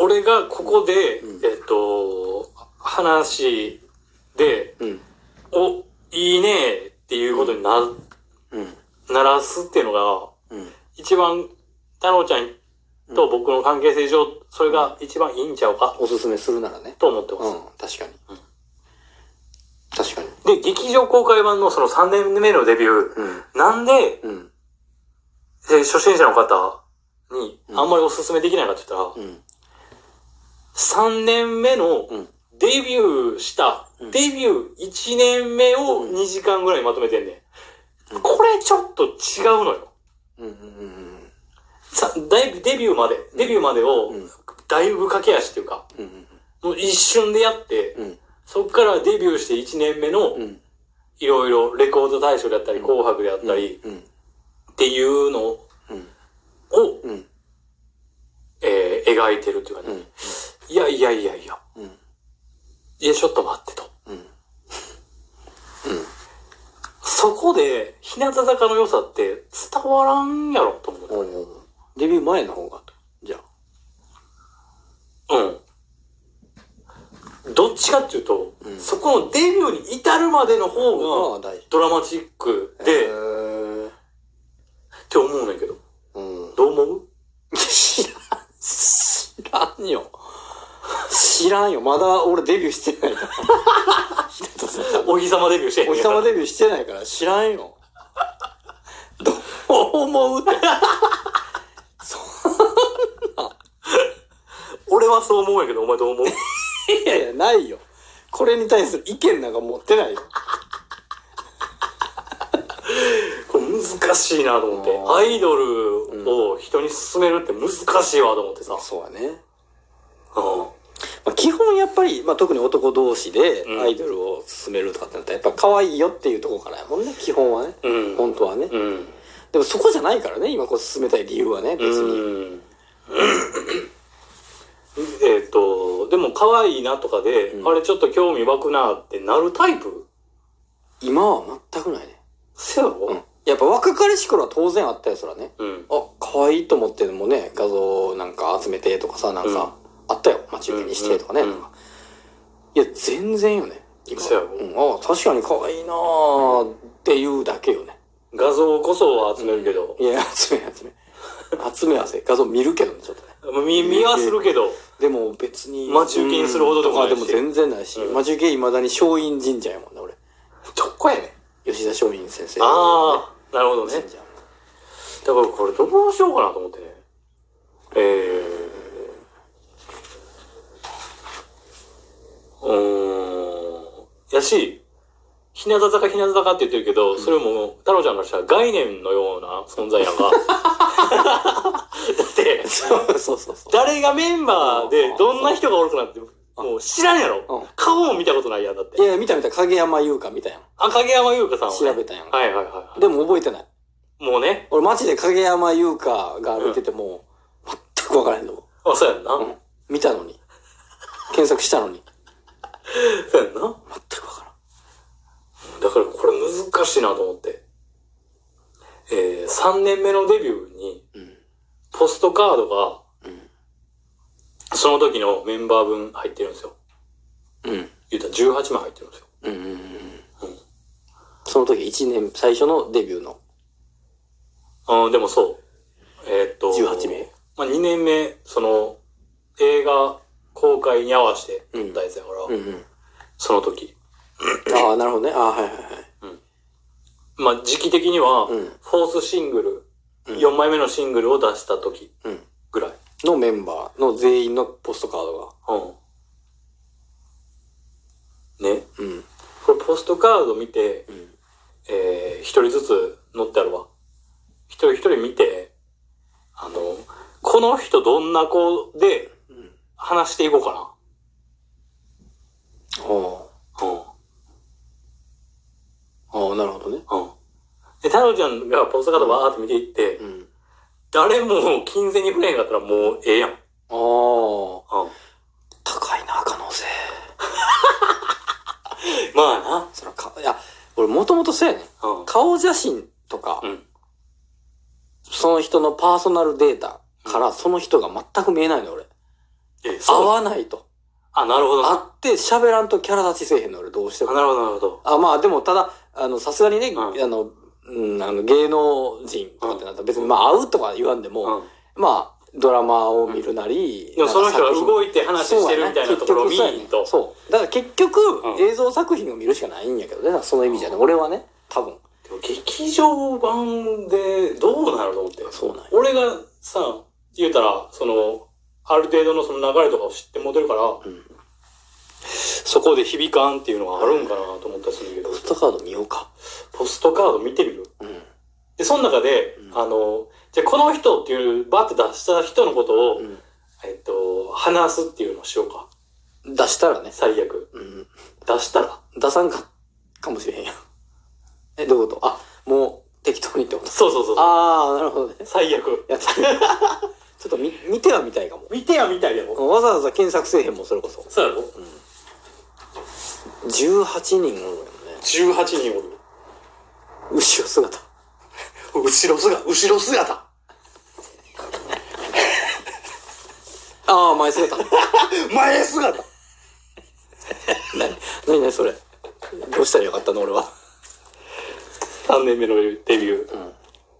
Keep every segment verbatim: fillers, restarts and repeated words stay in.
俺がここで、うん、えっと、話で、うん、お、いいねっていうことにな、うん、ならすっていうのが、うん、一番、太郎ちゃんと僕の関係性上、それが一番いいんちゃうか。 おすすめするならね。 と思ってます。 うん、確かに。うん、確かに。 で、劇場公開版のそのさんねんめのデビュー、うん、なんで、うん、初心者の方にあんまりおすすめできないかって言ったら、うん、さんねんめのデビューした、うん、デビューいちねんめをにじかんぐらいまとめてんね、うん。これちょっと違うのよ。うんうんうん、さだいぶデビューまで、デビューまでをだいぶ駆け足っていうか、うんうん、もう一瞬でやって、うん、そっからデビューしていちねんめのいろいろレコード大賞であったり、うん、紅白であったり、うんうん、っていうのを、うん、えー、描いてるっていうかね、うん、いやいやいやいや、うん、いやちょっと待ってと、うんうん、そこで日向坂の良さって伝わらんやろと思う、ね、 デビュー前の方がじゃあうんどっちかっていうと、うん、そこのデビューに至るまでの方がドラマチックで、って思うねんけど、うん、どう思う？ 知らん、知らんよ。知らんよ。まだ俺デビューしてないから。 お日様デビューしてない。 お日様デビューしてないから知らんよ。どう思うって。そんな。 俺はそう思うんやけど、お前どう思う？ いやいや、ないよ。これに対する意見なんか持ってないよ。 これ難しいなと思って。アイドルを人に勧めるって難しいわと思ってさ。 そうだね。うん。まあ、基本やっぱり、まあ、特に男同士でアイドルを勧めるとかってなったらやっぱ可愛いよっていうところからやもんね、基本はね。うん、本当はね。うん、でもそこじゃないからね、今こう勧めたい理由はね、別に。うんえっと、でも可愛いなとかで、うん、あれちょっと興味湧くなってなるタイプ？ 今は全くないね。 せやろ？うん。 やっぱ若かりし頃は当然あったよ、そらね。うん。あ、可愛いと思ってでもね、画像なんか集めてとかさ、なんか、うん、あったよ。待ち受けにしてとかね。うんうん、いや、全然よね。 今。せやろ？ うん。あ、確かに可愛いなーっていうだけよね。 画像こそは集めるけど。 うん、いや、集め集め。集め合わせ。画像見るけどね、ちょっとね。 見、見はするけど。 でも別に。 待ち受けにするほどとかでも全然ないし。うん、待ち受け未だに松陰神社やもんね、俺。 どこやねん。吉田松陰先生、ね。 ああ、なるほどね。だからこれどうしようかなと思ってね。えー。うーん。やし、日向坂日向坂って言ってるけど、うん、それも太郎ちゃんからしたら概念のような存在やんか。だって、 そうそうそうそう。 誰がメンバーでどんな人がおるかなんて、もう知らんやろ、うん。顔も見たことないやん、だって。 いや、見た見た、影山優香見たやん。 あ、影山優香さんは、ね、 調べたやん。 はいはいはい。 でも覚えてない。 もうね。 俺街で影山優香が歩いてても、うん、全く分からへんの。 あ、そうやんな。うん。 見たのに。検索したのに。 そうやんな。 全く分からん。 だからこれ難しいなと思って。えー、さんねんめのデビューに、うん、ポストカードが、うん、その時のメンバー分入ってるんですよ。うん。言うたらじゅうはちまい入ってるんですよ。うんうんうん。うん、 その時いちねん、最初のデビューの。 うん、でもそう。えー、っと。 じゅうはちめい。 まあ、にねんめ、その、映画公開に合わせて撮ったやつやから、うんうんうん、その時。 ああ、なるほどね。ああ、はいはいはい。 うん。まあ、時期的には、うん、フォースシングル、うん、よんまいめのシングルを出した時ぐらい。 うん、のメンバーの全員のポストカードが。 うん。ね。うん。これポストカード見て、うん、えー、一人ずつ載ってあるわ。一人一人見て、あの、この人どんな子で話していこうかな。 ほう。うん。ああ、なるほどね。 うん。で、太郎ちゃんがポストカードバーって見ていって、うん、誰も金銭に触れへんかったらもうええやん。ああ。うん。 高いな、可能性。 まあな。 そらか、いや、俺もともとそうやね、うん。顔写真とか、うん、その人のパーソナルデータからその人が全く見えないの、俺。 え、そう。 合わないと。 あ、なるほど。 会って喋らんとキャラ立ちせえへんの俺どうしても。 あ、なるほど、なるほど。 あ、まあでもただ、あの、さすがにね、うん、あの、うん、あの、芸能人とかってなったら別に、まあ会うとか言わんでも、うん、まあ、ドラマを見るなり、 うん、でもその人が動いて話してるみたいなところを見にと。 そう。だから結局、うん、映像作品を見るしかないんやけどね、その意味じゃね。俺はね、多分。 でも劇場版でどうなると思って。 そうなんや。 俺がさ、言うたら、その、ある程度のその流れとかを知ってもてるから、うん、そこで響かんっていうのがあるんかなと思ったりするけど。 ポストカード見ようか。 ポストカード見てみる？うん。で、その中で、うん、あの、じゃあこの人っていう、バーって出した人のことを、うん、えっと、話すっていうのをしようか。 出したらね。 最悪。うん。出したら出さんか、かもしれへんやん。え、どういうこと？あ、もう適当にってこと？ そうそうそう。 あー、なるほどね。 最悪。やった。 ちょっと見、見てはみたいかも。 見てはみたいでも。 わざわざ検索せえへんもん、それこそ。 そうやろ？ うん。じゅうはちにんおるよね。 じゅうはちにんおる。 後ろ姿。 後ろ姿。後ろ姿。 ああ、前姿。 前姿。 なに、なになにそれ。どうしたらよかったの俺は。 さんねんめのデビュー。うん。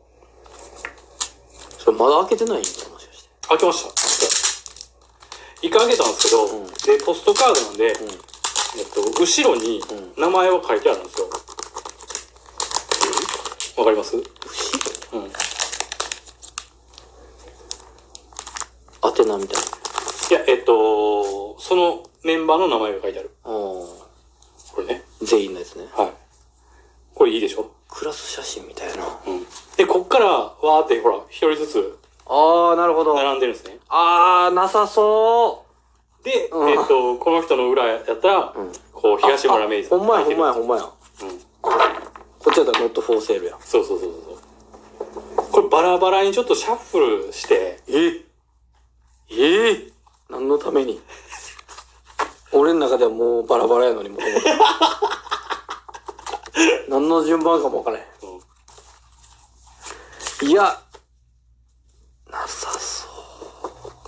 それまだ開けてないんだ、もしかして。 開けました。一回開けたんですけど、うん、で、ポストカードなんで、うん、えっと、後ろに名前は書いてあるんですよ。わ、うん、かります？後ろ？うん。 宛名みたいな。 いや、えっと、そのメンバーの名前が書いてある。ああ。これね。 全員のやつね。 はい。これいいでしょ？ クラス写真みたいな。 うん。で、こっから、わーって、ほら、一人ずつ。 ああ、なるほど。 並んでるんですね。 ああ、なさそう。 で、うん、えっと、この人の裏やったら、うん、こう、東村芽衣さん。 ほんまや、ほんまや、ほんまや。うん。こっちだったらノットフォーセールや。 そうそうそうそう。これバラバラにちょっとシャッフルして。 えええ何のために？俺の中ではもうバラバラやのにもともと。何の順番かも分からへん。うん、いや、なさそう。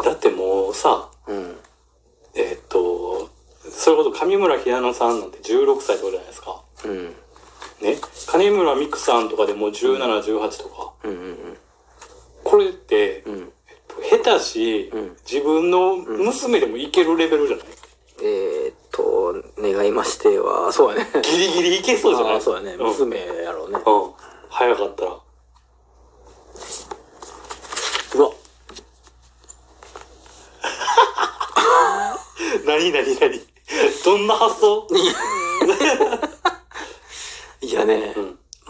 だってもうさ、うん、えー、っと、それこそ上村ひなのさんなんてじゅうろくさいとかじゃないですか。うん。ね。金村美久さんとかでもじゅうなな、じゅうはちとか。うんうんうん。これって、うん、えっと、下手し、うん、自分の娘でもいけるレベルじゃない？ えー、っと、願いましては、そうやね。 ギリギリいけそうじゃない？ あ、そうやね。娘やろうね。 うん。早かったら。 うわ。 なになになにどんな発想？ いやね、うん、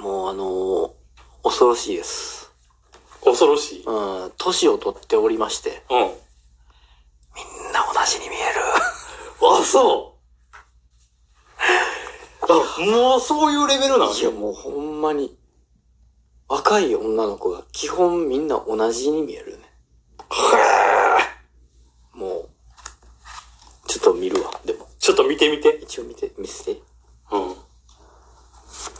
もうあのー、恐ろしいです。 恐ろしい？ うん、年を取っておりまして。うん。みんな同じに見える。 あ、そう。あ、もうそういうレベルなの？ いや、もうほんまに。若い女の子が基本みんな同じに見えるね。もう、ちょっと見るわ、でも。 ちょっと見てみて。 一応見て、見せて。